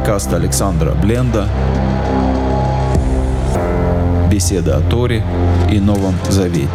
подкаст Александра Бленда «Беседы о Торе и Новом Завете».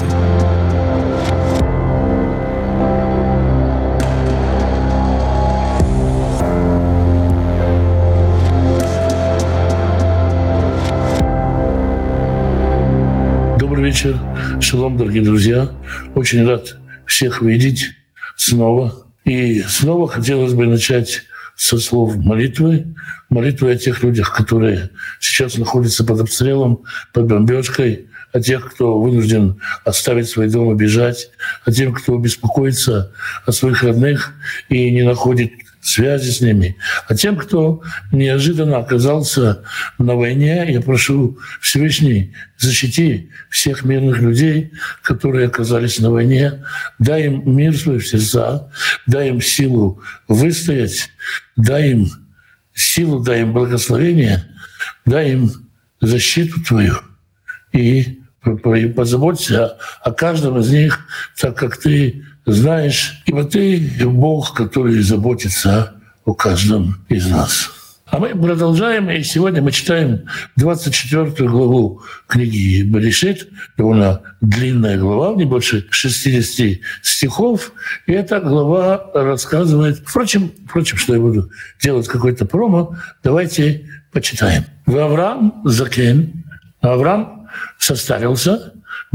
Добрый вечер. Шалом, дорогие друзья. Очень рад всех видеть снова. И снова хотелось бы начать со слов молитвы. Молитвы о тех людях, которые сейчас находятся под обстрелом, под бомбежкой, о тех, кто вынужден оставить свой дом и бежать, о тех, кто беспокоится о своих родных и не находит связи с ними, а тем, кто неожиданно оказался на войне. Я прошу Всевышний, защити всех мирных людей, которые оказались на войне, дай им мир в своих сердцах, дай им силу выстоять, дай им силу, дай им благословение, дай им защиту Твою. И позаботься о каждом из них, так как Ты знаешь, ибо Ты Бог, который заботится о каждом из нас. А мы продолжаем, и сегодня мы читаем 24 главу книги Берешит, довольно длинная глава, не больше 60 стихов, и эта глава рассказывает... Впрочем, что я буду делать какой-то промо, давайте почитаем. Авраам закен, Авраам состарился,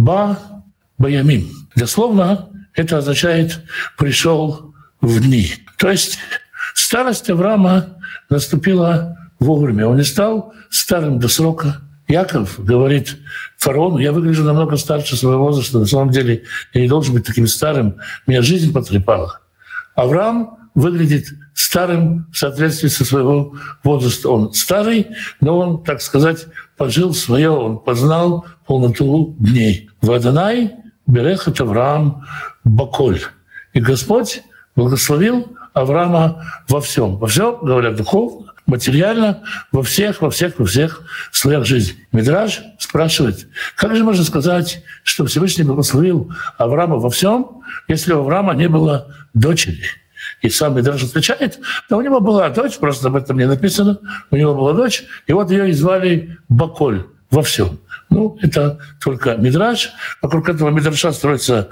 баямим. Дословно это означает «пришел в дни». То есть старость Авраама наступила вовремя. Он не стал старым до срока. Яков говорит фараону: «Я выгляжу намного старше своего возраста. На самом деле я не должен быть таким старым. Меня жизнь потрепала». Авраам выглядит старым в соответствии со своего возраста. Он старый, но он, так сказать, пожил свое, он познал полноту дней. «Вадонай берехет Авраам баколь». И Господь благословил Авраама во всем. Во всем, говорят, духовно, материально, во всех слоях жизни. Мидраш спрашивает, как же можно сказать, что Всевышний благословил Авраама во всем, если у Авраама не было дочери? И сам Мидраш отвечает, да у него была дочь, просто об этом не написано, у него была дочь, и вот ее и звали Баколь во всем. Это только Мидраш. Вокруг этого Мидраша строится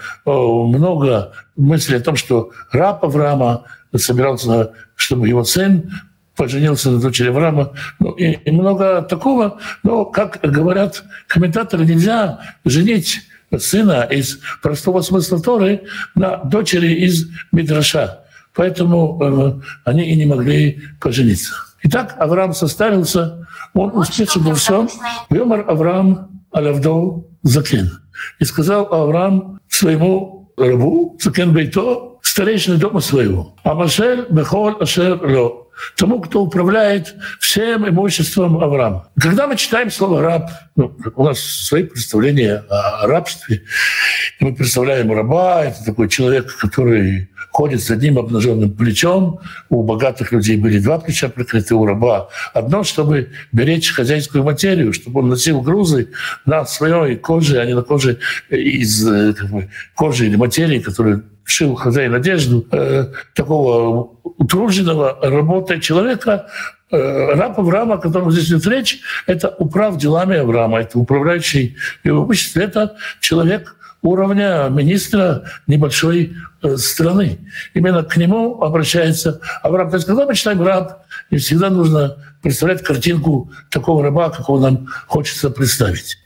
много мыслей о том, что раб Авраама собирался, чтобы его сын поженился на дочери Авраама. И много такого. Но, как говорят комментаторы, нельзя женить сына из простого смысла Торы на дочери из Мидраша. Поэтому они и не могли пожениться. Итак, Авраам состарился, он успешен во всем. «Вемар Авраам алавдо закен». И сказал Авраам своему рабу, закен бейто, старейшине дома своего: «Амашель бехол ашер ло», тому, кто управляет всем имуществом Авраама. Когда мы читаем слово «раб», у нас свои представления о рабстве. И мы представляем раба — это такой человек, который ходит с одним обнаженным плечом. У богатых людей были два плеча прикрыты, у раба одно, чтобы беречь хозяйскую материю, чтобы он носил грузы на своей коже, а не на коже из кожи или материи, которую шил хозяин одежду. Такого утружденного работой человека, раб Авраама, о котором здесь идет речь, это управ делами Авраама, это управляющий его имуществом, это человек уровня министра небольшой страны. Именно к нему обращается Авраам. То есть, когда мы читаем «раб», не всегда нужно представлять картинку такого раба, какого нам хочется представить.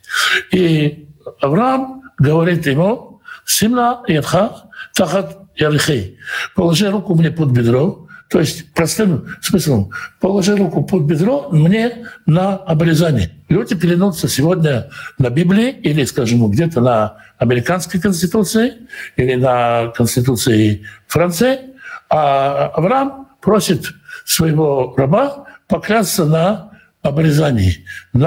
И Авраам говорит ему: «Симна ядха тахат ярихей». Положи руку мне под бедро. То есть, простым смыслом, положи руку под бедро мне на обрезание. Люди клянутся сегодня на Библии или, скажем, где-то на американской конституции или на конституции Франции, а Авраам просит своего раба поклясться на обрезании,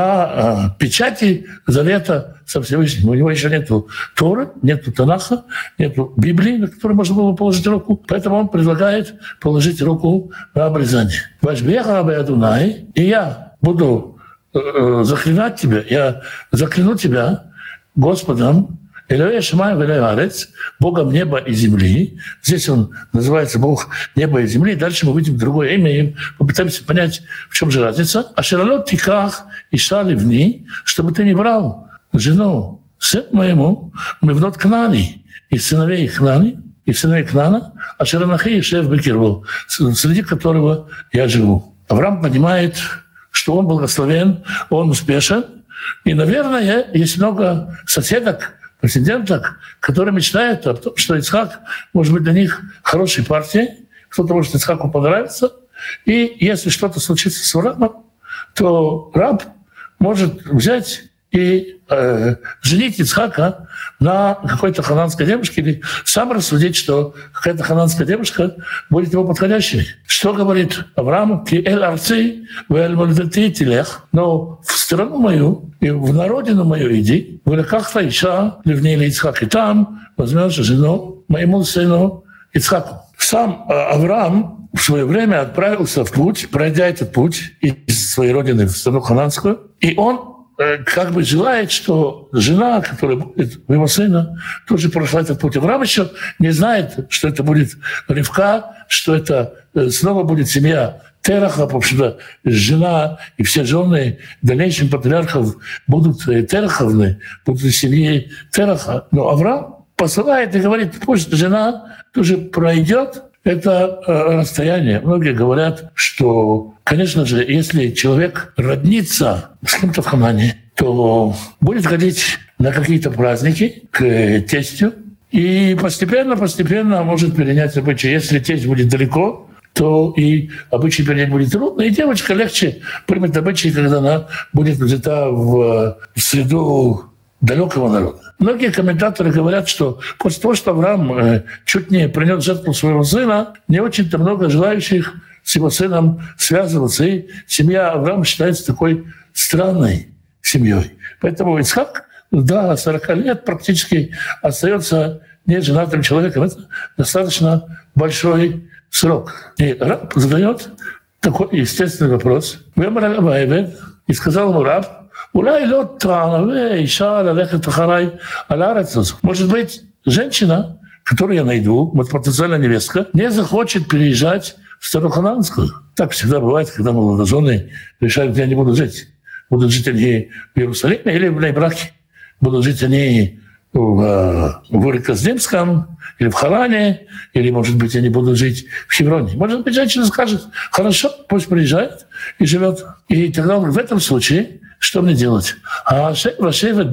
на печати завета со Всевышним. У него еще нету Торы, нету Танаха, нету Библии, на которую можно было положить руку. Поэтому он предлагает положить руку на обрезание. «Вашбеха абеадунай», и я буду заклинать тебя, я закляну тебя Господом, Элоэ Шамай Велоэ Арец, Богом неба и земли. Здесь он называется Бог неба и земли. Дальше мы увидим другое имя и попытаемся понять, в чем же разница. Ашералот тиках иша ливни, чтобы ты не брал жену сыну моему, мивнот Кнаани, из сыновей Кнаани, и сыновей Кнаана, Ашеранахи и Шеф Бекирву, среди которого я живу. Авраам понимает, что он благословен, он успешен. И, наверное, есть много соседок, претенденток, которые мечтают о том, что Ицхак может быть для них хорошей партией, кто-то может Ицхаку понравиться. И если что-то случится с Авраамом, то раб может взять и женить Ицхака на какой-то хананской девушке или сам рассудить, что какая-то хананская девушка будет его подходящей. Что говорит Авраам? «Ки эль арци вэль мольдати тилех». Но в страну мою и в народину мою иди, в реках иша ливнили Ицхак, и там возьмешь жену моему сыну Ицхаку. Сам Авраам в свое время отправился в путь, пройдя этот путь из своей родины в страну хананскую, и он как бы желает, что жена, которая будет у его сына, тоже прошла этот путь. Авраам еще не знает, что это будет Ривка, что это снова будет семья Тераха, потому что жена и все жены дальнейших патриархов будут Тераховны, будут из семьи Тераха. Но Авраам посылает и говорит, пусть жена тоже пройдет это расстояние. Многие говорят, что, конечно же, если человек роднится с кем-то в Ханане, то будет ходить на какие-то праздники к тестю и постепенно может перенять обычаи. Если тесть будет далеко, то и обычай перенять будет трудно, и девочка легче примет обычаи, когда она будет взята в среду далекого народа. Многие комментаторы говорят, что после того, что Авраам чуть не принес жертву своего сына, не очень-то много желающих с его сыном связываться. И семья Авраама считается такой странной семьей. Поэтому Ицхак до 40 лет практически остается неженатым человеком. Это достаточно большой срок. И раб задает такой естественный вопрос. И сказал ему раб, может быть, женщина, которую я найду, вот потенциальная невестка, не захочет переезжать в Старохананскую. Так всегда бывает, когда молодожены решают, где они будут жить. Будут жить они в Иерусалиме или в Нейбраке. Будут жить они в Урик-Каздимском или в Харане, или, может быть, они будут жить в Хевроне. Может быть, женщина скажет, хорошо, пусть приезжает и живет. И тогда в этом случае что мне делать? Вот в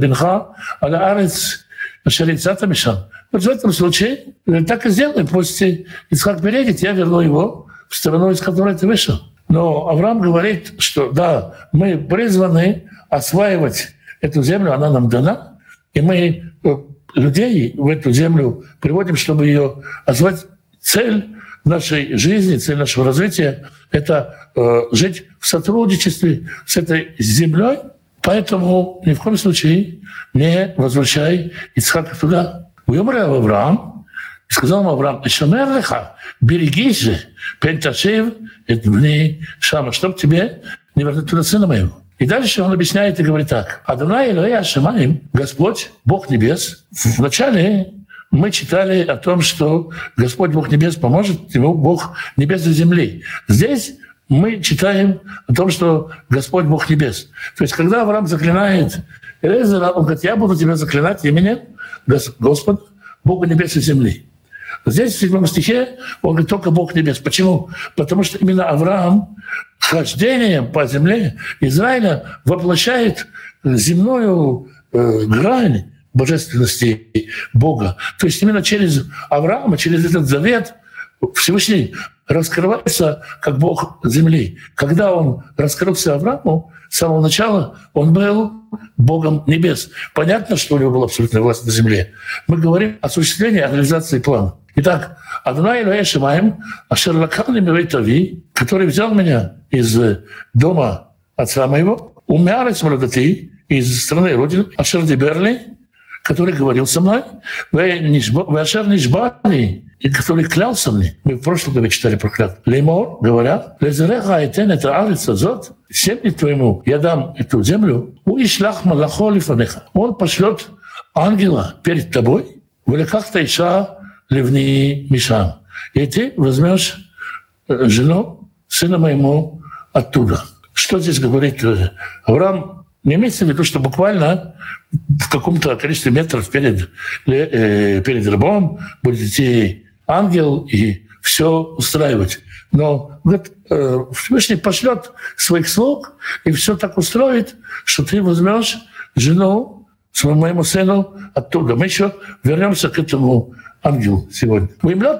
этом случае так и сделаем. Пусть Ицхак переедет, я верну его в страну, из которой ты вышел. Но Авраам говорит, что да, мы призваны осваивать эту землю, она нам дана, и мы людей в эту землю приводим, чтобы ее освоить. Цель нашей жизни, цель нашего развития — это жить в сотрудничестве с этой землей. Поэтому ни в коем случае не возвращай Ицхака туда. Уемрел Авраам, и сказал ему Авраам, «Ишамер леха, берегись же, пенташев, это вне Шама, чтоб тебе не вернуть туда сына моего». И дальше он объясняет и говорит так. «Адонай Элоэ Ашамаим, Господь, Бог небес». Вначале мы читали о том, что Господь Бог небес поможет ему, Бог небес и земли. Здесь мы читаем о том, что Господь Бог небес. То есть, когда Авраам заклинает Элиэзера, он говорит, я буду тебя заклинать именем Господа, Бога небес и земли. Здесь в 7 стихе он говорит только Бог небес. Почему? Потому что именно Авраам хождением по земле Израиля воплощает земную грань божественности Бога. То есть именно через Авраама, через этот завет Всевышний раскрывается как Бог земли. Когда он раскрылся Аврааму, с самого начала он был Богом небес. Понятно, что у него была абсолютная власть на земле. Мы говорим о осуществлении, о реализации плана. Итак, Адонай Элоэ Шамаим, ашер лакхани мивейт ави, который взял меня из дома отца моего, умярец молодоти, из страны родины, ашер диберли, который говорил со мной, ашер нишбани, и который клялся мне. Мы в прошлом году читали про клятву. Леймор, говоря, лезереха айтен это арец азот, семье твоему я дам эту землю, уишлах малахо лифанеха. Он пошлет ангела перед тобой, «Валекахта иша ливни мишам», и ты возьмешь жену сына моему оттуда. Что здесь говорит Авраам? Не имеется в виду, что буквально в каком-то количестве метров перед рабом будет идти ангел и все устраивать. Но говорит, Всевышний пошлет своих слуг и все так устроит, что ты возьмешь жену моему сыну оттуда. Мы еще вернемся к этому ангелу сегодня.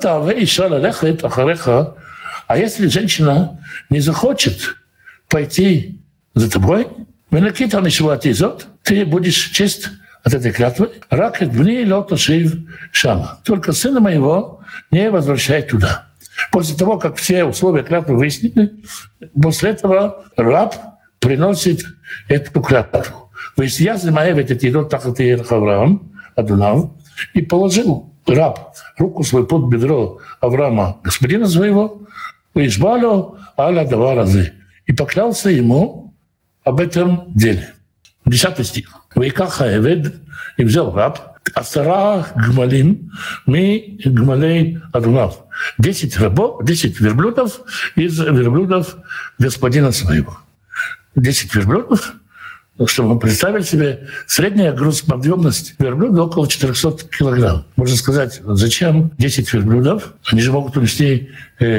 А если женщина не захочет пойти за тобой, ты будешь чист от этой клятвы. Только сына моего не возвращай туда. После того, как все условия клятвы выяснены, после этого раб приносит эту клятву. То есть я занимаю этот идет тахат Авраам, Адунав, и положил раб руку свою под бедро Авраама, господина своего, «Ишбалю аля даваразы», и поклялся ему об этом деле. 10 стих. «Вейкаха эвед», и взял раб, «Асара гмалим ми гмалей Адунав». 10 верблюдов из верблюдов господина своего. 10 верблюдов, чтобы вы представили себе, средняя грузоподъемность верблюда около 400 килограмм. Можно сказать, зачем 10 верблюдов? Они же могут унести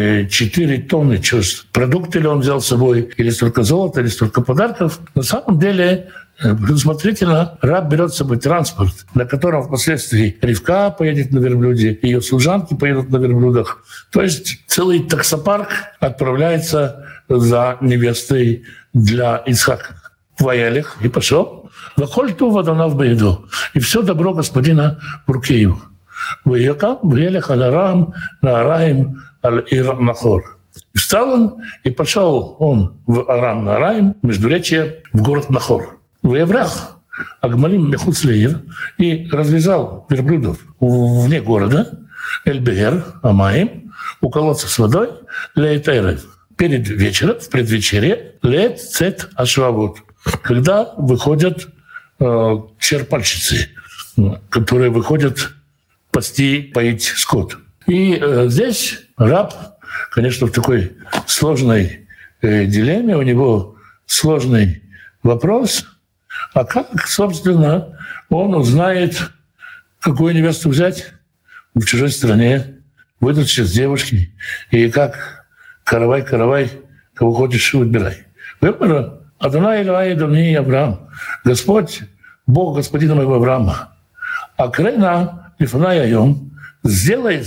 4 тонны. Что ж, продукты ли он взял с собой, или столько золота, или столько подарков? На самом деле, предусмотрительно, раб берет с собой транспорт, на котором впоследствии Ривка поедет на верблюде, ее служанки поедут на верблюдах. То есть целый таксопарк отправляется за невестой для Ицхака. Ваялих, и пошел. Вахольту водонав бееду. И все добро господина в руке его. Ваялих аль-Арам, на-Араим, аль-Ир-Нахор. Встал он, и пошел он в Арам, на-Араим, междуречье, в город Нахор. Ваяврах Агмалим Мехуцлеир, и развязал верблюдов вне города, Эль-Беер, Амаим, у колодца с водой, Лейтайрев. Перед вечером, в предвечерье, Лет Цет Ашвавут, когда выходят черпальщицы, которые выходят пасти, поить скот. И здесь раб, конечно, в такой сложной дилемме, у него сложный вопрос, а как, собственно, он узнает, какую невесту взять в чужой стране, выдача с девушки, и как каравай, кого хочешь, выбирай. Выбора Адонай Элоай Адони Авраам, Господь, Бог господина моего Авраама. Акрена Лифанай Айом, сделай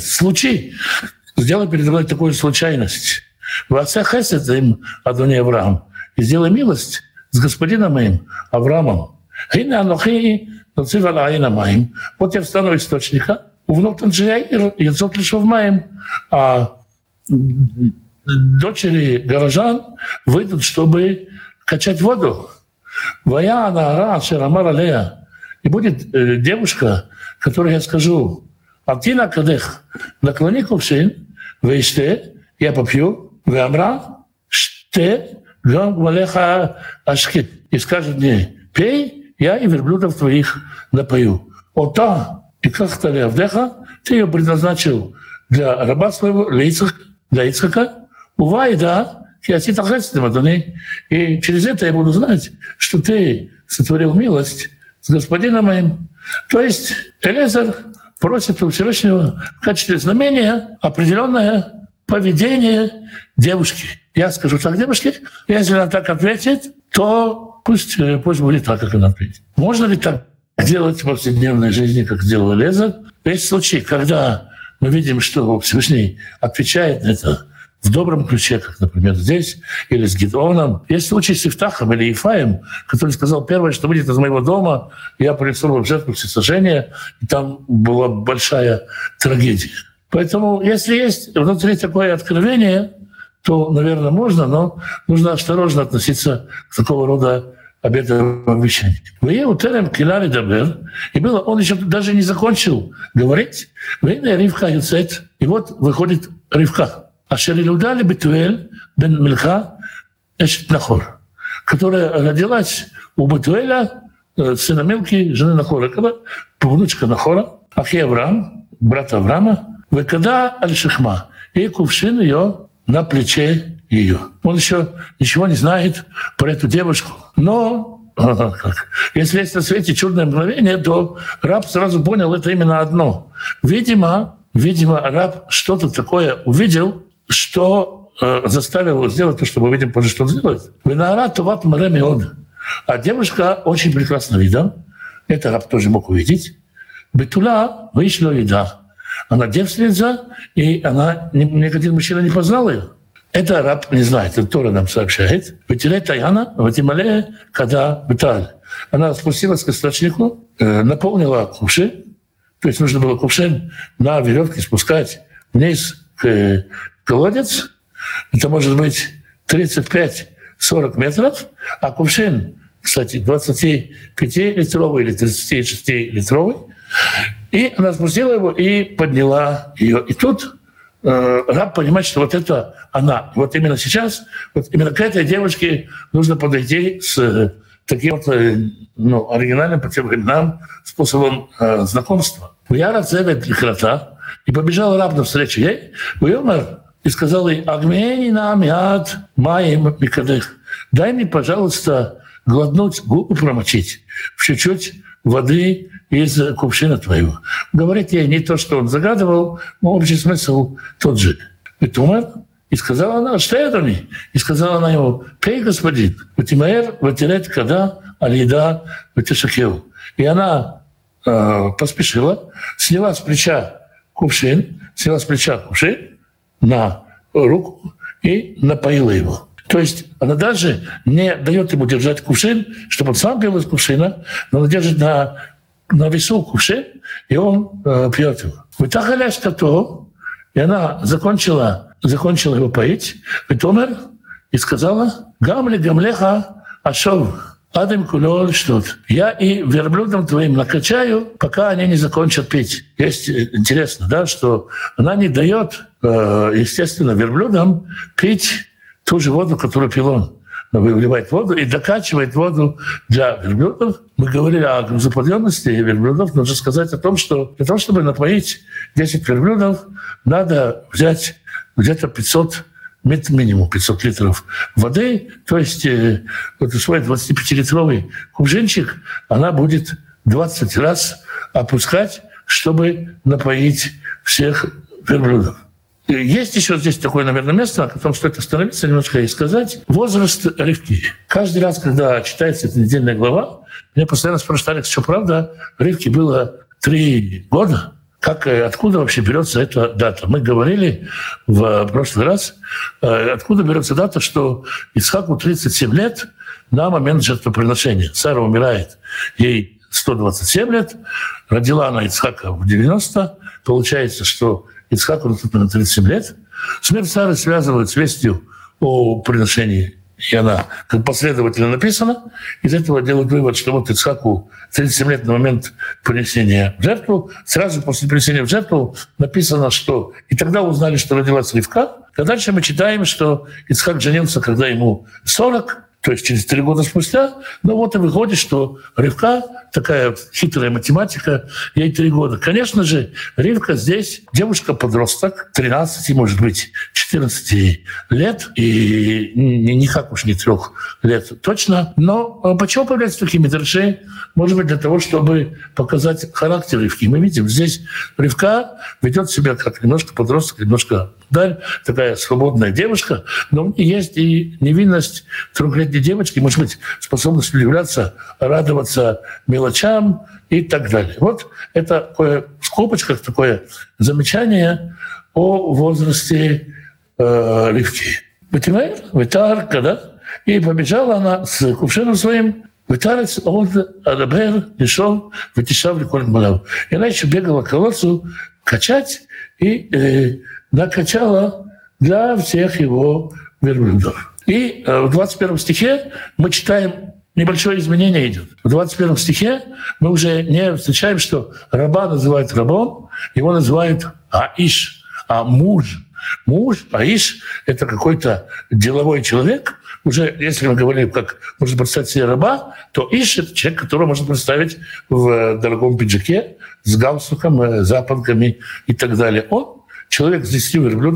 передо мной такую случайность. В отца Хесед им Адони Авраам, и сделай милость с господином моим Авраамом. Хина Анохи Нацив Алаина Маим. Вот я встану у источника, увнутрь Джиаир, Яцот Лишов Маим, а дочери горожан выйдут, чтобы качать воду. Вая Анара Шерамар Алея. И будет девушка, которой я скажу: Алтина Кадех, наклони кувшин, вейште, я попью, веамра, ште, гам гвалеха ашкит. И скажет мне: пей, я и верблюдов твоих напою. Ота, и как-то ли Авдеха, ты ее предназначил для раба своего, для Ицхака, увайда, и через это я буду знать, что ты сотворил милость с господином моим. То есть Элиэзер просит у Всевышнего в качестве знамения определенное поведение девушки. Я скажу так девушке, если она так ответит, то пусть будет так, как она ответит. Можно ли так делать в повседневной жизни, как сделал Элиэзер? Есть случаи, когда мы видим, что Всевышний отвечает на это в добром ключе, как, например, здесь, или с Гидеоном. Есть случай с Ифтахом или Ифаем, который сказал: первое, что выйдет из моего дома, я принесу в жертву всесожжения, и там была большая трагедия. Поэтому, если есть внутри такое откровение, то, наверное, можно, но нужно осторожно относиться к такого рода обетовым обещаниям. И было, он еще даже не закончил говорить. И вот выходит Ривка. Ашер Илудали Бетуэль бен Милха эшет Нахор, которая родилась у Бетуэля, сына Милки, жены Нахора. Когда внучка Нахора, Ахи Авраам, брат Авраама, выкада аль-шихма, и кувшин ее на плече ее. Он еще ничего не знает про эту девушку. Но если есть на свете чудное мгновение, то раб сразу понял, это именно одно. Видимо, раб что-то такое увидел, что заставил его сделать то, что мы видим позже, что он сделает. А девушка очень прекрасно видна. Это раб тоже мог увидеть. Бетула вышла еда. Она девственница, и ни один мужчина не познал ее. Это раб не знает, это Тора нам сообщает. Вытилей Таяна, ватимале, когда беталь. Она спустилась к источнику, наполнила кувшин, то есть нужно было кувшин на веревке спускать вниз к колодец. Это может быть 35-40 метров, а кувшин, кстати, 25-литровый или 36-литровый. И она спустила его и подняла ее. И тут раб понимает, что вот это она. Вот именно сейчас, вот именно к этой девушке нужно подойти с таким вот оригинальным по тем временам способом знакомства. Я цевет лихрата, и побежал раб навстречу ей, и сказал ей: «Агмени нам яд маем микадых». «Дай мне, пожалуйста, глотнуть, губы промочить в чуть-чуть воды из кувшина твоего». Говорит ей не то, что он загадывал, но общий смысл тот же. И сказала она: «Что это мне?» И сказала она ему: «Пей, господин, ватимаэр ватирет када алида ватишакеу». И она поспешила, сняла с плеча кувшин на руку и напоила его. То есть она даже не дает ему держать кувшин, чтобы он сам пил из кувшина, но она держит на весу кувшин, и он пьет его. Вытахаляш тато, и она закончила его поить, и сказала: «Гамли гамлеха ашов, адем кулол штут». «Я и верблюдам твоим накачаю, пока они не закончат пить». Есть интересно, да, что она не дает, естественно, верблюдам пить ту же воду, которую пил он. Выливает воду и докачивает воду для верблюдов. Мы говорили о грузоподъемности верблюдов. Нужно сказать о том, что для того, чтобы напоить 10 верблюдов, надо взять где-то 500, минимум 500 литров воды. То есть вот свой 25-литровый кувшинчик она будет 20 раз опускать, чтобы напоить всех верблюдов. Есть еще здесь такое, наверное, место, о том стоит остановиться немножко и сказать. Возраст Ривки. Каждый раз, когда читается эта недельная глава, меня постоянно спрашивают: что правда, Ривке было 3 года? Откуда вообще берется эта дата? Мы говорили в прошлый раз, откуда берется дата, что Ицхаку 37 лет на момент жертвоприношения. Сара умирает, ей 127 лет, родила она Ицхака в 90, получается, что Ицхаку на 37 лет. Смерть Сары связывают с вестью о приношении, и она как последовательно написана. Из этого делают вывод, что вот Ицхаку 37 лет на момент принесения в жертву. Сразу после принесения в жертву написано, что... И тогда узнали, что родилась Ривка. А дальше мы читаем, что Ицхак женился, когда ему 40, то есть через 3 года спустя. Ну вот и выходит, что Ривка, такая хитрая математика, ей 3 года. Конечно же, Ривка здесь девушка-подросток, 13, может быть, 14 лет, и никак уж не 3 лет точно. Но почему появляются такие мидраши? Может быть, для того, чтобы показать характер Ривки. Мы видим, здесь Ривка ведет себя как немножко подросток, немножко такая свободная девушка, но у нее есть и невинность 3-летней девочки, может быть, способность влюбляться, радоваться мелочам и так далее. Вот это такое, в скобочках такое замечание о возрасте Ривки. Витарка, да? И побежала она с кувшином своим. Витарец он адабер, дешев, вытешав рекорд малав. И она еще бегала к колодцу качать и накачала для всех его верблюдов. И в 21 стихе мы читаем, небольшое изменение идет. В 21 стихе мы уже не встречаем, что раба называют рабом, его называют аиш, а муж. Муж, аиш — это какой-то деловой человек. Уже, если мы говорим, как можно представить себе раба, то иш — это человек, которого можно представить в дорогом пиджаке с галстуком, запонками и так далее. Он человек с 10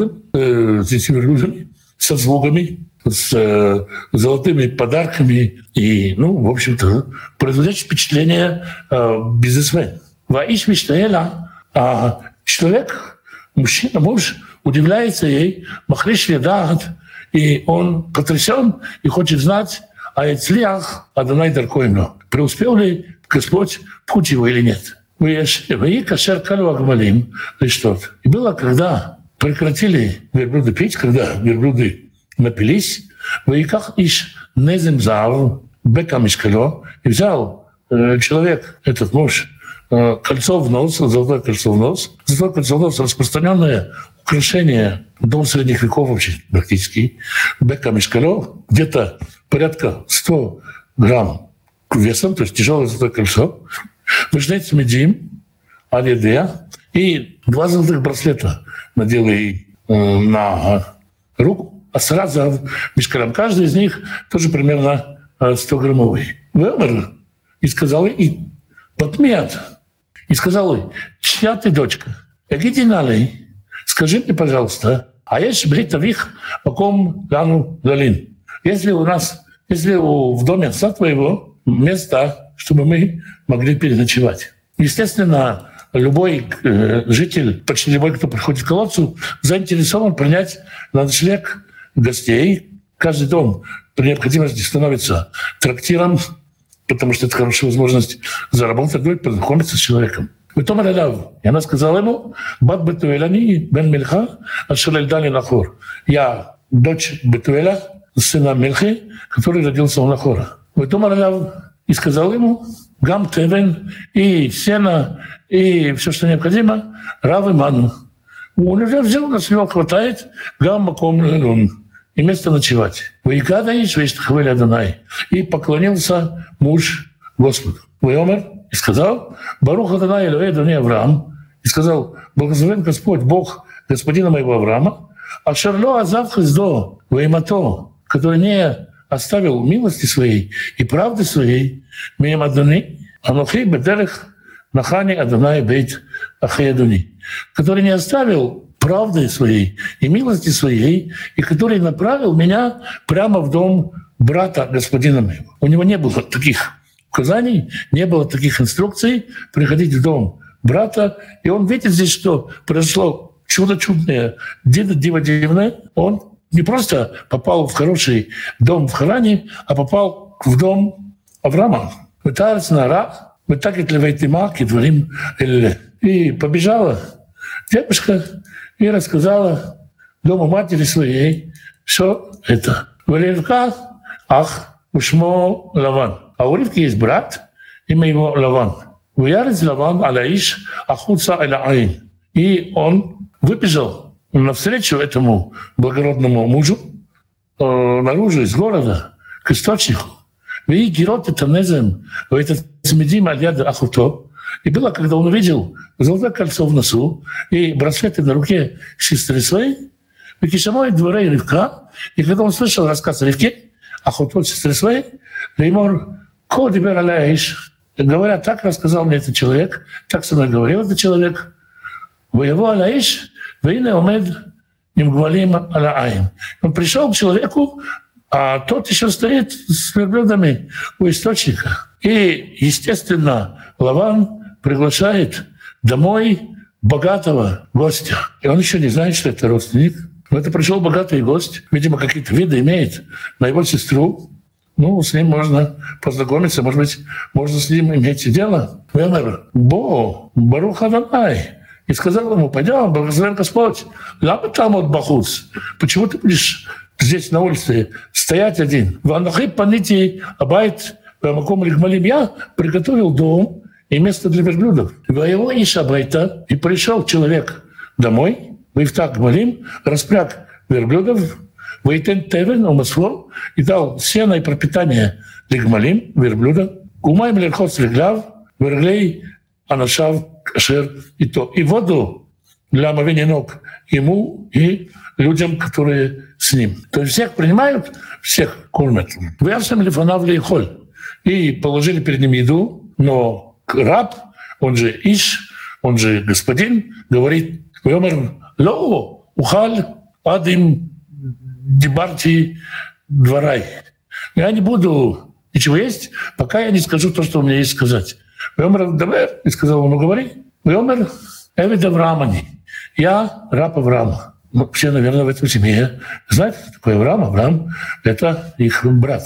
верблюдами, со слугами, с золотыми подарками и, в общем-то, производящий впечатление бизнесмен. Ваиш миштаэла, а человек, мужчина, муж, удивляется ей, махриш ледат, и он потрясен и хочет знать, а Эцлиах Адонай Даркойно, преуспел ли Господь в путь его или нет. Вы кашер калю агмалим, что? И было, когда прекратили верблюды пить, когда верблюды напились, вы как иш незем зал, бека мишкало, и взял человек, этот муж, кольцо в нос, золотое кольцо в нос. Золотое кольцо в нос — распространенное украшение до средних веков вообще практически. Бека мишкало, где-то порядка 100 грамм весом, то есть тяжелое золотое кольцо. Вышнец медим, алидея, и 2 золотых браслета надел ей на руку, а сразу мишкалям. Каждый из них тоже примерно 100-граммовый. Вымер и сказал ей, подмет, и сказал ей, чья ты дочка? Эгиди налей, скажи мне, пожалуйста, а есть бритових маком гану галин? Если в доме отца твоего места, чтобы мы могли переночевать. Естественно, любой житель, почти любой, кто приходит к колодцу, заинтересован принять на ночлег гостей. Каждый дом при необходимости становится трактиром, потому что это хорошая возможность заработать, познакомиться с человеком. И она сказала ему, «Бат Бетуэлани бен Мильха, ашалельдали Нахор». Я дочь Бетуэля, сына Мильхи, который родился у Нахора. И сказал ему, гам тевен, и сено, и все, что необходимо, рав и ману. Он уже взял, на него хватает, гам маком лун, и место ночевать. И поклонился муж Господу. И сказал, Барух Адонай Элоэй Адони Авраам, и сказал, благословен Господь, Бог господина моего Авраама, ашерло азав хиздо веймато, который не оставил милости своей и правды своей, мием Адони, анохи бедерех нахани Адонай бейт ахей Адони, который не оставил правды своей и милости своей, и который направил меня прямо в дом брата господина моего. У него не было таких указаний, не было таких инструкций приходить в дом брата, и он видит здесь, что произошло чудо чудное, диво дивное. Он не просто попал в хороший дом в Харане, а попал в дом Авраама. И побежала девушка и рассказала дому матери своей, что это. Ах, ушмо Лаван. А у Ривки есть брат, имя его Лаван. Вуярец Лаван алаиш ахуца аля-айн. И он выбежал навстречу этому благородному мужу наружу из города к источнику. И герот это незем, этот смедим аль-яд ахуто. И было, когда он увидел золотое кольцо в носу и браслеты на руке сестры своей, выкишамой дворей Ривка, и когда он слышал рассказ Ривки, ахуто сестры своей, Леймор Кодибер аляиш, говорят, так рассказал мне этот человек, так со мной говорил этот человек. Воево аляиш, вейне омед нимгвалим аляаин. Он пришел к человеку, а тот еще стоит с верблюдами у источника. И, естественно, Лаван приглашает домой богатого гостя. И он еще не знает, что это родственник. Но это пришел богатый гость, видимо, какие-то виды имеет на его сестру. С ним можно познакомиться, может быть, можно с ним иметь дело. Барух Адонай. И сказал ему, пойдем, благословен Господь. Лама там от бахуц. Почему ты будешь здесь на улице стоять один? Ванахи панити абайт маком лигмалим. Я приготовил дом и место для верблюдов. Его иша байта. И пришел человек домой, вифтак гмалим, распряг верблюдов, Вейтен Тевен, умасло, и дал сено и пропитание лигмалим, верблюда, умаем лерхот слеглав, верглей анашав кашер и то. И воду для омовения ног ему и людям, которые с ним. То есть всех принимают, всех кормят. Вясам лифанав лейхоль. И положили перед ним еду, но раб, он же Иш, он же господин, говорит: «Вёмер лоу ухаль адим дибарти дворай». Я не буду ничего есть, пока я не скажу то, что у меня есть сказать. «Вёмер давер», и сказал ему: «Говори». «Вёмер эвид Авраамани». Я раб Авраама. Ну, все, наверное, в этой семье знают, кто такой Авраам. Авраам — это их брат.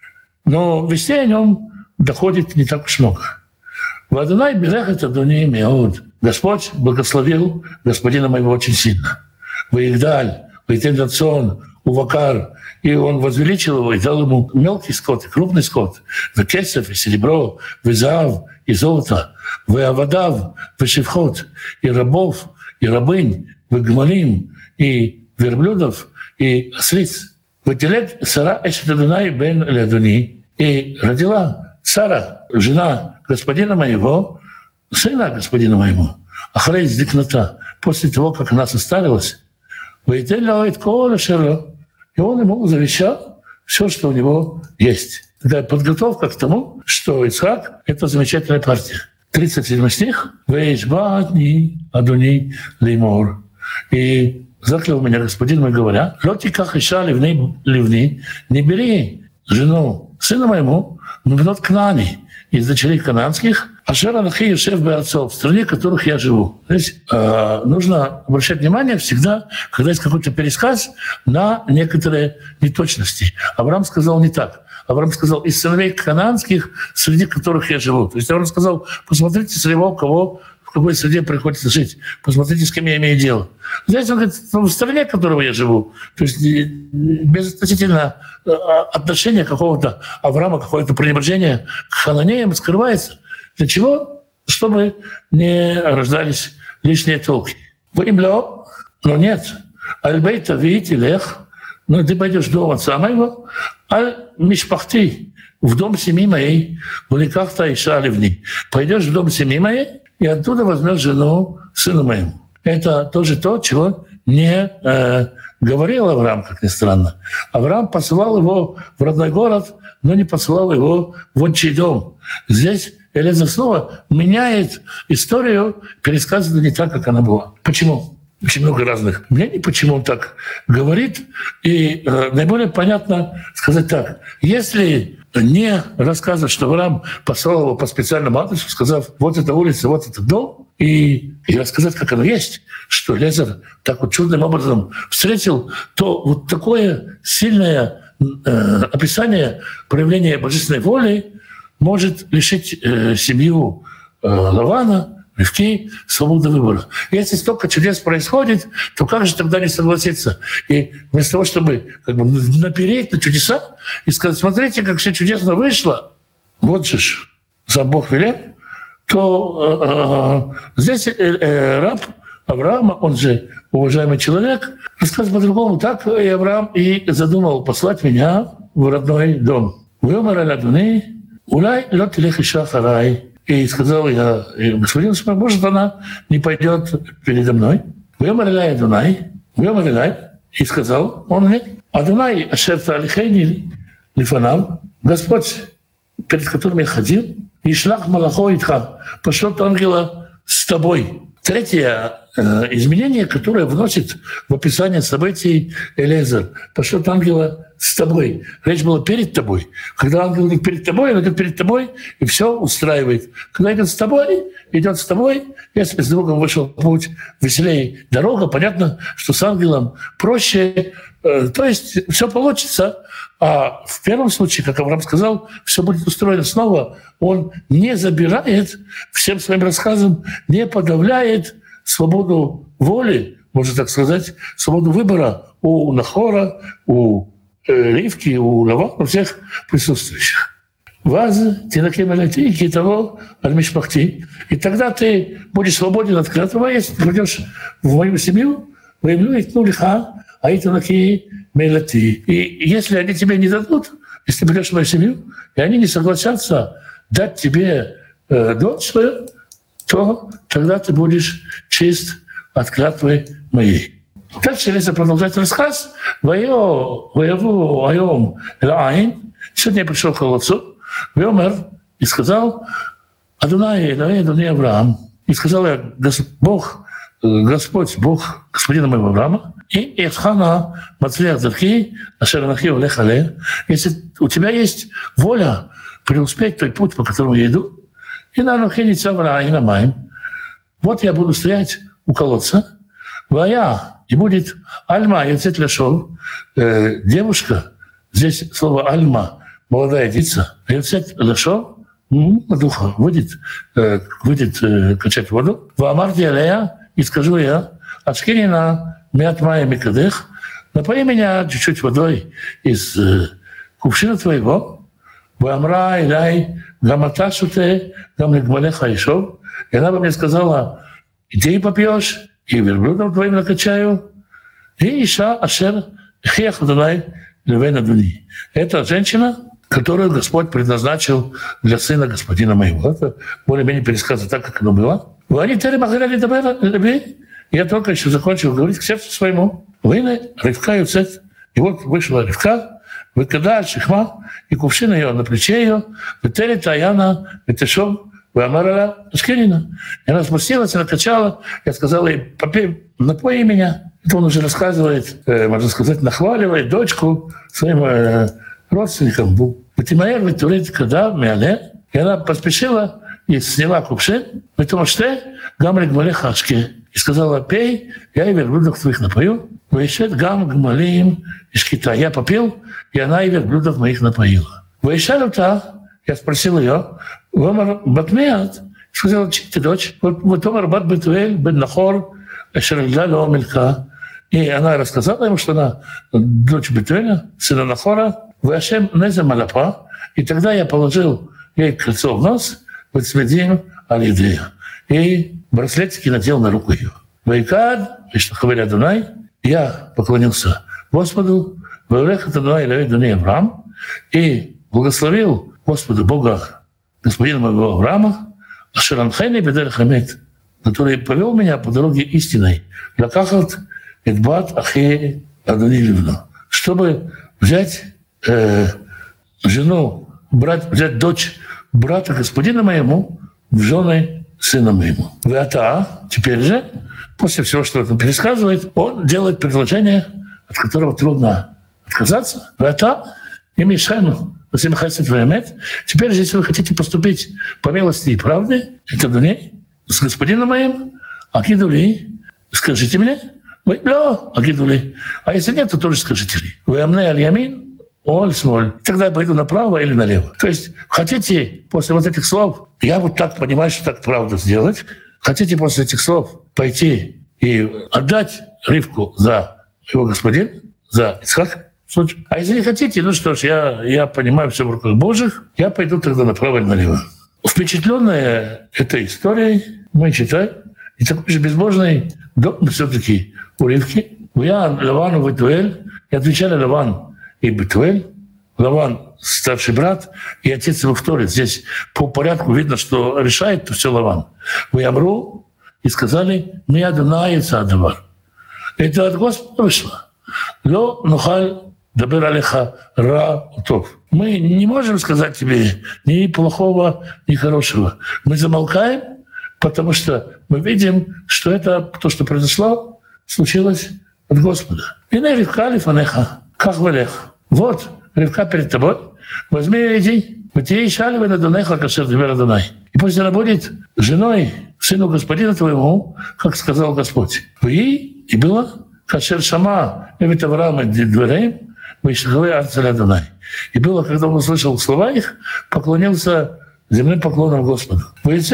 Но вести о нем доходит не так уж много. «Вадонай берехет Адоней меод». Господь благословил господина моего очень сильно. «Ваигдаль, ваитен рацион, увакар». И он возвеличил его и дал ему мелкий скот и крупный скот, в кесов, и серебро, в зав, и золото, в авадав, в шевхот, и рабов, и рабынь, в гмалим, и верблюдов, и ослиц. «Вателет Сара эшет Адонай бен леадони». И родила Сара, жена господина моего, сына господина моего, ахрей дикнота, после того, как она состарилась, «Ваитен лаоит кола шерло». И он ему завещал все, что у него есть. Это подготовка к тому, что Ицхак — это замечательная партия. 37 стих. «Вэйшбатни адуни леймор». И заклял меня господин мой, говоря: «Лоти как иша ливни, не бери жену сына моему, но внут Кнани, из дочерей кананских, ашер анахи юшев беарцов, в стране, в которых я живу». То есть нужно обращать внимание всегда, когда есть какой-то пересказ, на некоторые неточности. Авраам сказал не так. Авраам сказал: «Из сыновей кананских, среди которых я живу». То есть Авраам сказал: «Посмотрите среди кого, в какой среде приходится жить. Посмотрите, с кем я имею дело». Здесь он говорит: «В стране, в которой я живу». То есть безотносительно отношения какого-то Авраама, какое-то пренебрежение к хананеям скрывается. Для чего? Чтобы не рождались лишние толки. «Ваимлё», но нет. «Аль-бейта виити лех», но ты пойдешь в дом отца моего, «Аль-мишпахти», в дом семьи моей, «Вуликахта иша ливни». Пойдешь в дом семьи моей, и оттуда возьмешь жену сыну моему. Это тоже то, чего не говорил Авраам, как ни странно. Авраам посылал его в родной город, но не посылал его в отчий дом. Здесь Элиэзер снова меняет историю, пересказывает не так, как она была. Почему? Очень много разных мнений, почему он так говорит. И наиболее понятно сказать так. Если не рассказывать, что Авраам послал его по специальному адресу, сказав: «Вот эта улица, вот этот дом», и рассказать, как оно есть, что Элиэзер так вот чудным образом встретил, то вот такое сильное описание проявления божественной воли может лишить семью Лавана, Ривки, свободы выбора. Если столько чудес происходит, то как же тогда не согласиться? И вместо того, чтобы как бы напереть на чудеса и сказать: «Смотрите, как все чудесно вышло, вот же ж сам Бог велел», то здесь раб Авраама, он же уважаемый человек, рассказывает по-другому. Так и Авраам и задумал послать меня в родной дом. «Вёмер аль-Адоней, улай ло тилех иша ахарай». И сказал я: «Господин, может, она не пойдет передо мной?» «Вёмер аль-Адонай, вёмер аль». И сказал он мне: «Адонай ашер таалихейни лифанав». Господь, перед которым я ходил, и шлах малахо итха, пошлет ангела с тобой. Третье изменение, которое вносит в описание событий Элиэзер: пошлет ангела с тобой. Речь была перед тобой. Когда ангел идет перед тобой, он идет перед тобой и все устраивает. Когда идет с тобой, если с другом вышел путь веселее дорога, понятно, что с ангелом проще. То есть все получится. А в первом случае, как Авраам сказал, все будет устроено снова. Он не забирает всем своим рассказом, не подавляет свободу воли, можно так сказать, свободу выбора у Нахора, у Ривки, у Лавана, у всех присутствующих. «Ваз тинакем аль-ати китаво аль-мишпахти». И тогда ты будешь свободен от клятвы, если ты придешь в мою семью, «Ваимлю итну лиха аитанаки мелати». И если они тебе не дадут, если ты придешь в мою семью, и они не согласятся дать тебе дочь свою, то тогда ты будешь чист от клятвы моей». Дальше Элиза продолжает рассказ. «Воеву айом элаайн». Сегодня я пришел к колодцу. «Веомер» и сказал: «Адунай, Элоэй, Адунай Авраам». И сказал я: Господь, Бог господина моего Авраама, и Эхана Мацлех Дархи, Ашер Анахи Олех Але. Если у тебя есть воля преуспеть той путь, по которому я иду, и на Анахи Ницавра и на Майм, вот я буду стоять у колодца, Вая, и будет Альма Яцет Лешов, девушка, здесь слово Альма, молодая девица, Яцет Лешов, духа выйдет качать воду. Ваамарти алея, и скажу я: Ашкирина мят майя микадех, напои меня чуть-чуть водой из кувшина твоего. Ваамра иляй гамата шуте гам лигмалеха ишов. И она бы мне сказала: иди и попьешь, и верблюдом твоим накачаю. И Иша Ашер Хех Адонай Левен Адуни. Это женщина, которую Господь предназначил для сына господина моего. Это более-менее пересказано так, как оно было. Я только еще закончил говорить к сердцу своему. Войны Ривка Юцет. И вот вышла Ривка, выкидает шихма, и кувшин ее на плече ее, вытели Таяна, вытешов, вамарала Ашкирина. И она спустилась, накачала. Я сказал ей: попей, напои меня. Это он уже рассказывает, можно сказать, нахваливает дочку своим родственникам. И она поспешила и сняла кувшин, потому что гамрик гмалехашки. И сказала: пей, я и верблюдов твоих напою. Ваишет гам гмалим из Китая. Я попил, и она и верблюдов моих напоила. Ваишет я спросил ее: вомар батмеат. Сказала: чья ты дочь? Вот омар бат бетуэль бен нахор шерегля ло мелька. И она рассказала ему, что она дочь Бетуэля, сына Нахора. Вашем незем алапа. И тогда я положил ей кольцо в нос, подсведим алидею. И браслетики надел на руку ее. Вайкад, что говоря Дунай, я поклонился Господу, Варех Адунай Элоэй Адунай Авраам, и благословил Господу Бога, господина моего Авраама, Ашеранхайни Бедер Хамед, который повел меня по дороге истинной, Лакахат Эдбат Ахе Адуни Ливну, чтобы взять взять дочь брата господина моему в жены сына моему. Вата, теперь же, после всего, что он пересказывает, он делает предложение, от которого трудно отказаться. Вата, и Мишану, теперь же, если вы хотите поступить по милости и правде, это Дуней, с господином моим, Акидули, скажите мне, вы, да, Акидули. А если нет, то тоже скажите ли. Вы амне аль-ямин, оль-смоль. Тогда я пойду направо или налево. То есть хотите после вот этих слов, я вот так понимаю, что так правда сделать, хотите после этих слов пойти и отдать Ривку за его господин, за Ицхак, а если не хотите, ну что ж, я понимаю все в руках Божьих, я пойду тогда направо или налево. Впечатленная этой историей, мы читаем, и такой же безбожный дом все-таки у Ривки. Я Лавану Бетуэль, и отвечали Лаван и Бетуэль. Лаван старший брат, и отец его вторит. Здесь по порядку видно, что решает все Лаван. Ваямру, и сказали: «Ми Адонай Цадавар». Это от Господа вышло. Ло нухаль дабер алеха ра утов. Мы не можем сказать тебе ни плохого, ни хорошего. Мы замолкаем, потому что мы видим, что это то, что произошло, случилось от Господа. И на Ривка лифанеха, как валех. Вот Ривка перед тобой, возьми ее, иди. И пусть она будет женой сыну господина твоему, как сказал Господь. И было кашер шама эвит Авраама дверей, и было, когда он услышал слова их, поклонился земным поклоном Господу.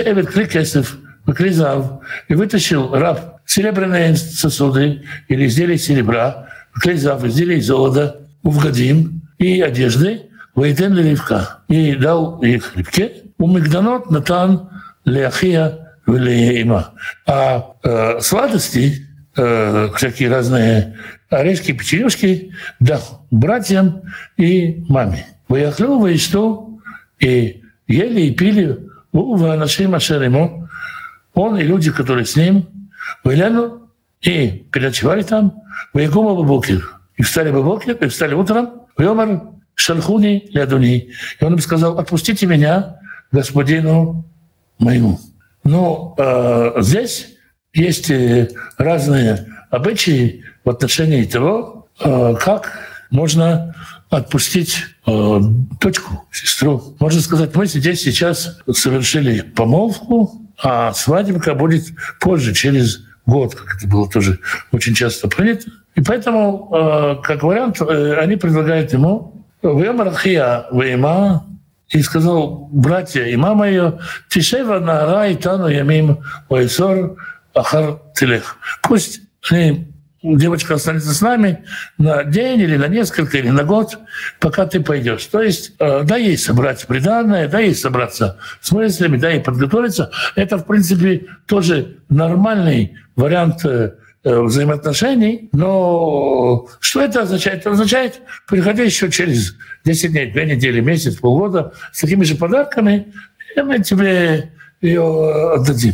И вытащил раб серебряные сосуды или изделия серебра, изделия из золота, увгадим и одежды, Ваитен ли Ривка, и дал их Ривке, у Мигданот натан Леахия Велеима. А сладости, всякие разные орешки, печенюшки, дал братьям и маме. Ваяхлю, ваишту, и ели и пили у Ванашима Шериму, он и люди, которые с ним, Валяну и переночевали там. Ваякума бабукир. И встали бабукир, и встали утром. Вьомар шальхуни лядуни. И он им сказал: отпустите меня господину моему. Ну, здесь есть разные обычаи в отношении того, как можно отпустить дочку, сестру. Можно сказать, мы здесь сейчас совершили помолвку, а свадьба будет позже, через год, как это было тоже очень часто принято. И поэтому, как вариант, они предлагают ему «Вьомарахия вейма», и сказал: братья и мама ее, «Тишева нара и тану ямим вайсор ахар телех». Пусть девочка останется с нами на день или на несколько, или на год, пока ты пойдешь. То есть дай ей собрать приданое, дай ей собраться с мыслями, дай ей подготовиться. Это, в принципе, тоже нормальный вариант взаимоотношений. Но что это означает? Это означает, приходи еще через 10 дней, 2 недели, месяц, полгода с такими же подарками, и мы тебе ее отдадим.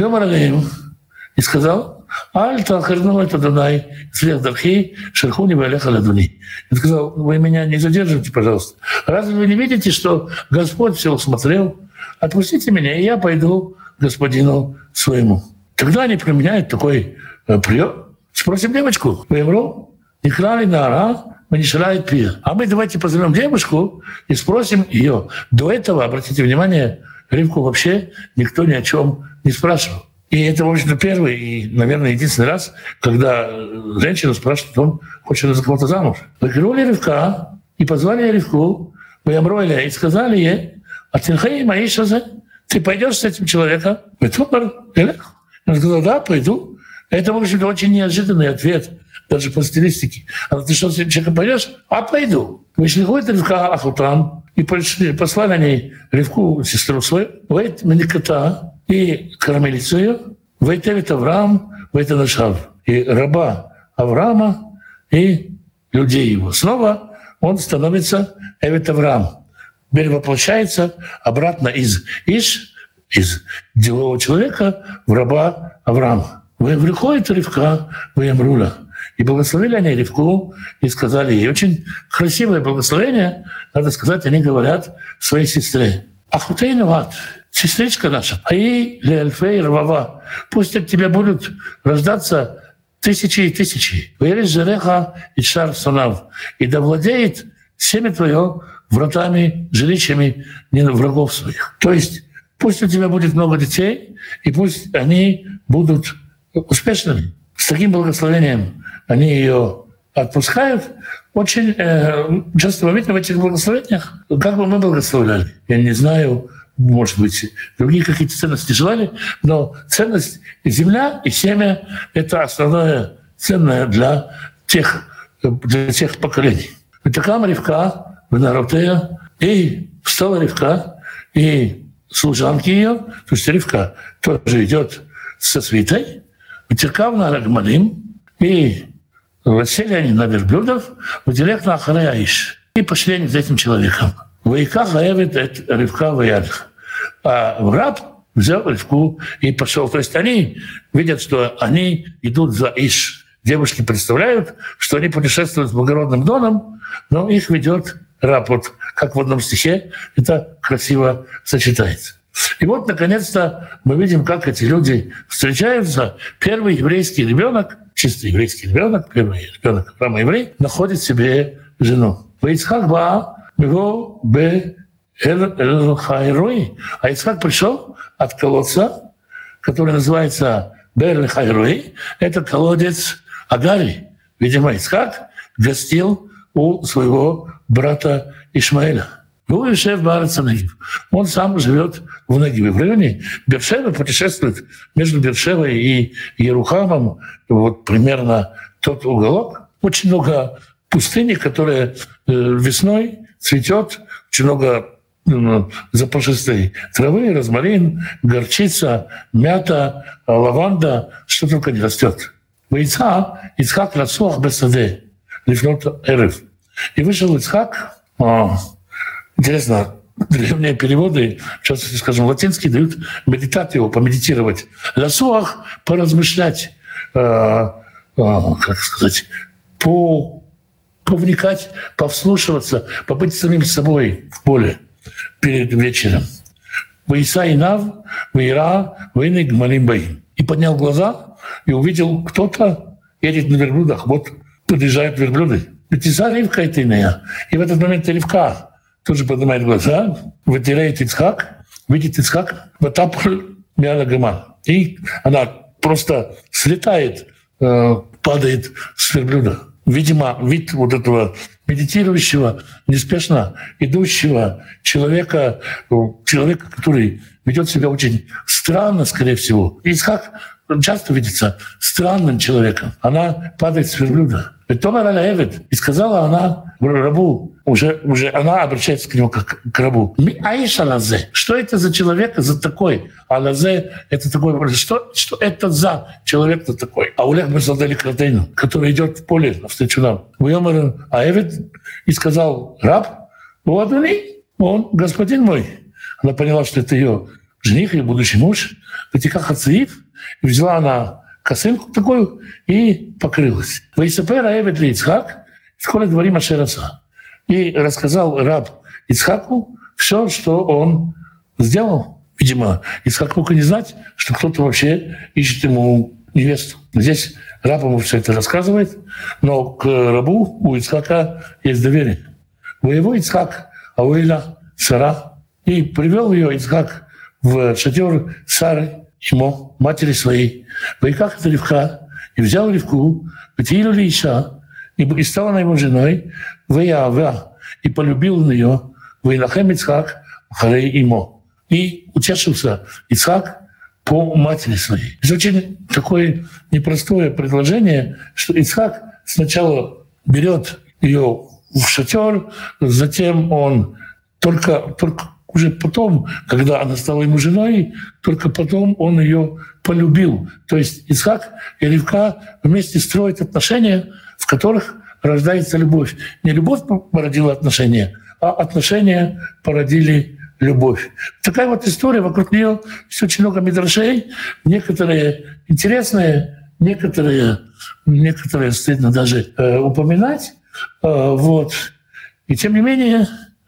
И сказал: «Альта харну это Дунай, след дархи, шерхуни валеха ладуни». И сказал: вы меня не задерживайте, пожалуйста. Разве вы не видите, что Господь все усмотрел? Отпустите меня, и я пойду к господину своему. Тогда они применяют такой прием. Спросим девочку: «Вемру, не крали нара, мы не ширает пир». А мы давайте позовем девушку и спросим ее. До этого, обратите внимание, Ривку вообще никто ни о чем не спрашивал. И это, в общем-то, первый и, наверное, единственный раз, когда женщина спрашивает о том, хочет она за кого-то замуж. Выкинули Ривка и позвали Ривку, Ваямроиля, и сказали ей: «Атинхай маишазе, ты пойдешь с этим человеком?» Она сказала: «Да, пойду». Это, в общем-то, очень неожиданный ответ, даже по стилистике. Она: «Ты что, с этим человеком пойдешь?» «А пойду». Вышли ходит Ривка Ахутам, и послали они Ривку, сестру свою, Вейт Мениката, и кормилицу ее, Вейтевит Авраам, Вейтанашав, и раба Авраама, и людей его. Снова он становится Эвет Авраам, перевоплощается обратно из делового человека в раба Авраама. Выходит Ривка, Ваямруля, и благословили они Ривку, и сказали ей. Очень красивое благословение, надо сказать, они говорят своей сестре: «Ахутейнават, сестричка наша, аи леальфей рвава, пусть от тебя будут рождаться тысячи и тысячи. Веериш жереха и шар сонав, и да владеет семя твое вратами, жилищами врагов своих». То есть пусть у тебя будет много детей, и пусть они будут успешными. С таким благословением они ее отпускают. Очень часто мы видим в этих благословениях, как бы мы благословляли. Я не знаю, может быть, другие какие-то ценности желали, но ценность земля и семя — это основное ценное для тех поколений. И такая Ривка в Наротея, и встала Ривка, и служанки ее, то есть Ривка тоже идет со свитой, вытекавна рагмалим, и сели они на верблюдов, выделяют на Ахараиш, и пошли они за этим человеком. Вайка гаевит Ривка ваядх. А раб взял Ривку и пошел. То есть они видят, что они идут за Иш. Девушки представляют, что они путешествуют с благородным доном, но их ведет раб. Вот как в одном стихе это красиво сочетается. И вот, наконец-то, мы видим, как эти люди встречаются. Первый еврейский ребенок, чистый еврейский ребенок, первый ребенок Авраама еврей, находит себе жену. Ицхак его Эль-Хайруи. А Ицхак пришел от колодца, который называется Бер-Хайруи. Это колодец Агари. Видимо, Ицхак гостил у своего брата Ишмаэля. Он сам живет в Негеве. В районе Бершевы, путешествует между Бершевой и Ерухамом. Вот примерно тот уголок. Очень много пустыни, которая весной цветет. Очень много запашистой травы, розмарин, горчица, мята, лаванда, что только не растет. Ицхак рацуах бесаде, лифнот эрев. И вышел Ицхак. Интересно, древние переводы, в частности, скажем, латинские, дают медитативу, помедитировать. Ласуах — поразмышлять. как сказать, повникать, повслушиваться, побыть самим собой в поле перед вечером. «Ваиса и нав, ваира, вейны гмалим баим». И поднял глаза и увидел, кто-то едет на верблюдах. Вот подъезжают верблюды. «Ветиса Ривка и Тинея». И в этот момент Ривка тоже поднимает глаза, вытеряет Ицхак, видит Ицхак, «Ватапуль мяла гама». И она просто слетает, падает с верблюда. Видимо, вид вот этого медитирующего, неспешно идущего человека, который ведет себя очень странно, скорее всего. Ицхак часто видится странным человеком. Она падает с верблюда. И сказала она рабу, уже она обращается к нему как к рабу. Аиша лазе. Что это за человек за такой? А лазе — это такой... Что это за человек-то такой? А Улех Бесадели Кратейну, который идет в поле навстречу нам. И сказал раб, вот он, господин мой. Она поняла, что это ее жених, ее будущий муж. Ватиках Ацеев. И взяла она косынку такую и покрылась. «Ваисапер аэвет ли Ицхак, скоро говорим о Шераса». И рассказал раб Ицхаку все, что он сделал. Видимо, Ицхак мог и не знать, что кто-то вообще ищет ему невесту. Здесь раб ему все это рассказывает, но к рабу у Ицхака есть доверие. «Воево Ицхак, ауэля Сара». И привел ее Ицхак в шатер Сары, ему, матери своей. «Вайках это Ривка». И взял Ривку, «Ватиилу ли Иша», и стала она его женой, «Ваяава», и полюбил он ее, «Вайлахем Ицхак, харей имо». И утешился Ицхак по матери своей. Это очень такое непростое предложение, что Ицхак сначала берет ее в шатер, затем он только уже потом, когда она стала ему женой, только потом он ее полюбил. То есть Ицхак и Ривка вместе строят отношения, в которых рождается любовь. Не любовь породила отношения, а отношения породили любовь. Такая вот история, вокруг нее есть очень много мидрашей, некоторые интересные, некоторые стыдно даже упоминать. Вот. И тем не менее,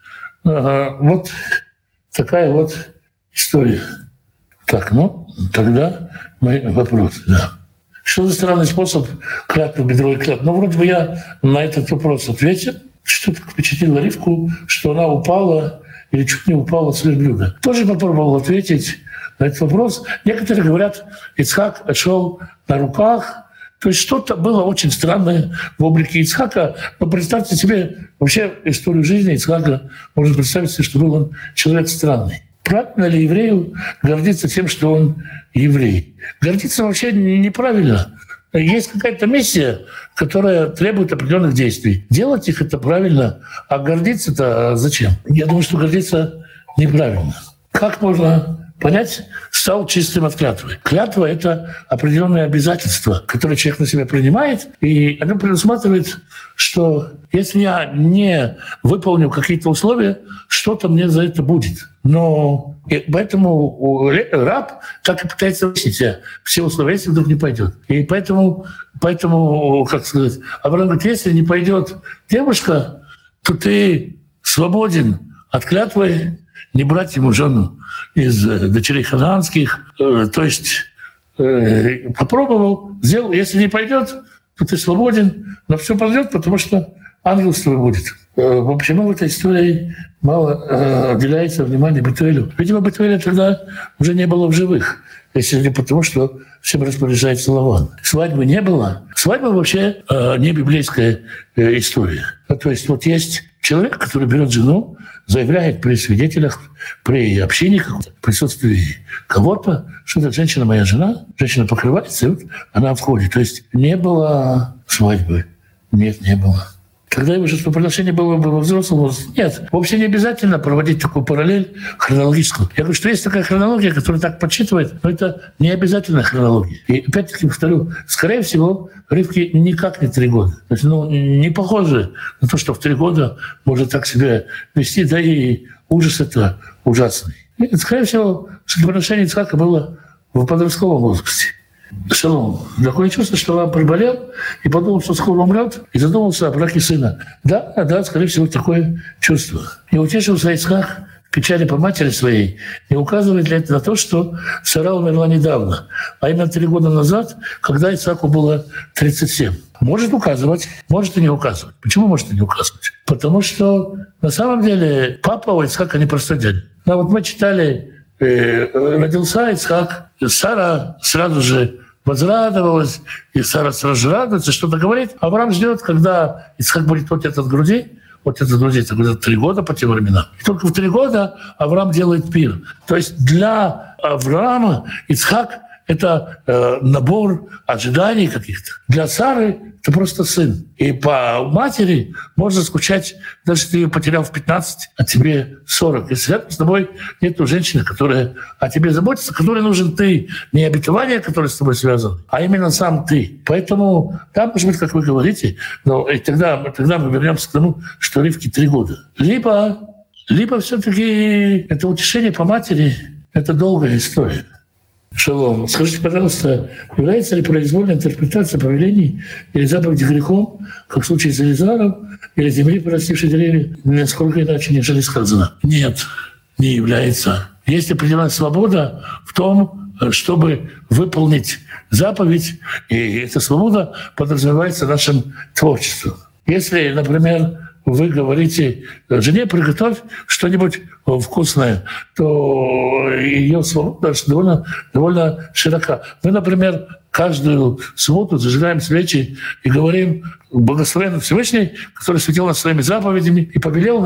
вот такая вот история. Так, тогда мой вопрос. Да. Что за странный способ клятвы, бедровой клятвы? Вроде бы я на этот вопрос ответил. Что-то впечатлило Ривку, что она упала или чуть не упала с верблюда. Тоже попробовал ответить на этот вопрос. Некоторые говорят, Ицхак шел на руках. То есть что-то было очень странное в облике Ицхака. Но представьте себе вообще историю жизни Ицхака. Можно представить себе, что был он человек странный. Правильно ли еврею гордиться тем, что он еврей? Гордиться вообще неправильно. Есть какая-то миссия, которая требует определенных действий. Делать их — это правильно, а гордиться-то зачем? Я думаю, что гордиться неправильно. Как можно понять, стал чистым от клятвы? Клятва — это определенные обязательства, которые человек на себя принимает, и оно предусматривает, что если я не выполню какие-то условия, что-то мне за это будет. Но поэтому раб так и пытается выяснить все условия, если вдруг не пойдет. И поэтому, как сказать, Авраам говорит, если не пойдет девушка, то ты свободен от клятвы не брать ему жену из дочерей ханаанских. То есть попробовал, сделал. Если не пойдет, то ты свободен, но все пойдет, потому что ангел с тобой будет. Почему в этой истории мало уделяется внимания Бетуэлю? Видимо, Бетуэля тогда уже не было в живых, если не потому, что всем распоряжается Лаван. Свадьбы не было. Свадьба вообще не библейская история. То есть вот есть человек, который берет жену, заявляет при свидетелях, при общине, в присутствии кого-то, что это женщина моя жена, женщина покрывается, и вот она входит. То есть не было свадьбы. Нет, не было. Когда его жертвоприношение было бы во взрослом возрасте, нет, вообще не обязательно проводить такую параллель хронологическую. Я говорю, что есть такая хронология, которая так подсчитывает, но это не обязательная хронология. И опять-таки повторю, скорее всего, Ривке никак не 3 года. То есть, не похоже на то, что в 3 года может так себя вести, да и ужас это ужасный. И, скорее всего, жертвоприношение Ицхака было в подростковом возрасте. Шалом. Такое чувство, что Авраам приболел и подумал, что скоро умрет, и задумался о браке сына. Да, скорее всего, такое чувство. И утешился Ицхак в печали по матери своей, не указывает ли это на то, что Сара умерла недавно, а именно 3 года назад, когда Ицхаку было 37. Может указывать, может и не указывать. Почему может и не указывать? Потому что на самом деле папа у Ицхака не простой дядя. Но вот мы читали, родился Ицхак, Сара сразу же возрадовалась, и Сара сразу же радуется, что-то говорит. Авраам ждет, когда Ицхак будет отнят от груди, это где-то 3 года по тем временам. И только в 3 года Авраам делает пир. То есть для Авраама Ицхак — это набор ожиданий каких-то. Для Сары это просто сын. И по матери можно скучать, даже если ты ее потерял в 15, а тебе 40. Если рядом с тобой нет женщины, которая о тебе заботится, которой нужен ты. Не обетование, которое с тобой связано, а именно сам ты. Поэтому, да, может быть, как вы говорите, но и тогда мы вернемся к тому, что Ривке 3 года. Либо все-таки это утешение по матери, это долгая история. Шалом. Скажите, пожалуйста, является ли произвольная интерпретация повелений или заповеди грехом, как в случае с Элизаром, или земли, порастившей деревья, насколько иначе, нежели сказано? Нет, не является. Есть определенная свобода в том, чтобы выполнить заповедь, и эта свобода подразумевается нашим творчеством. Если, например, вы говорите жене: приготовь что-нибудь вкусное, то ее свобода довольно широка. Мы, например, каждую субботу зажигаем свечи и говорим: благословен Всевышний, который светил нас своими заповедями и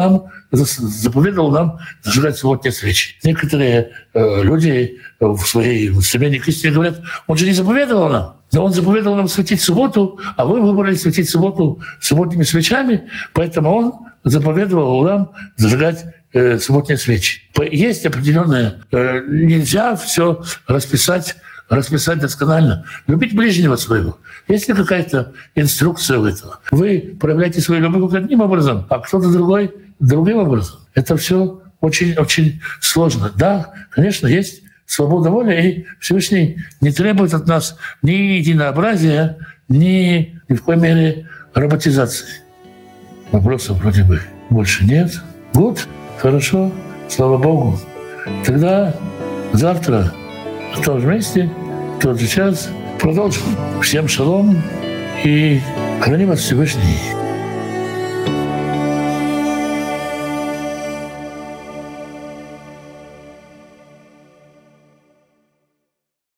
заповедовал нам зажигать субботние свечи. Некоторые люди в своей стремлении к истине говорят: он же не заповедовал нам. Но он заповедовал нам светить субботу, а вы выбрали светить субботу субботними свечами, поэтому он заповедовал нам зажигать субботние свечи. Есть определенное, нельзя все расписать досконально. Любить ближнего своего. Есть ли какая-то инструкция в этом? Вы проявляете свою любовь одним образом, а кто-то другой другим образом. Это все очень сложно. Да, конечно, есть свобода воли, и Всевышний не требует от нас ни единообразия, ни в коей мере роботизации. Вопросов вроде бы больше нет. Вот, хорошо, слава Богу. Тогда завтра в том же месте, в тот же час продолжим. Всем шалом и храни вас Всевышний.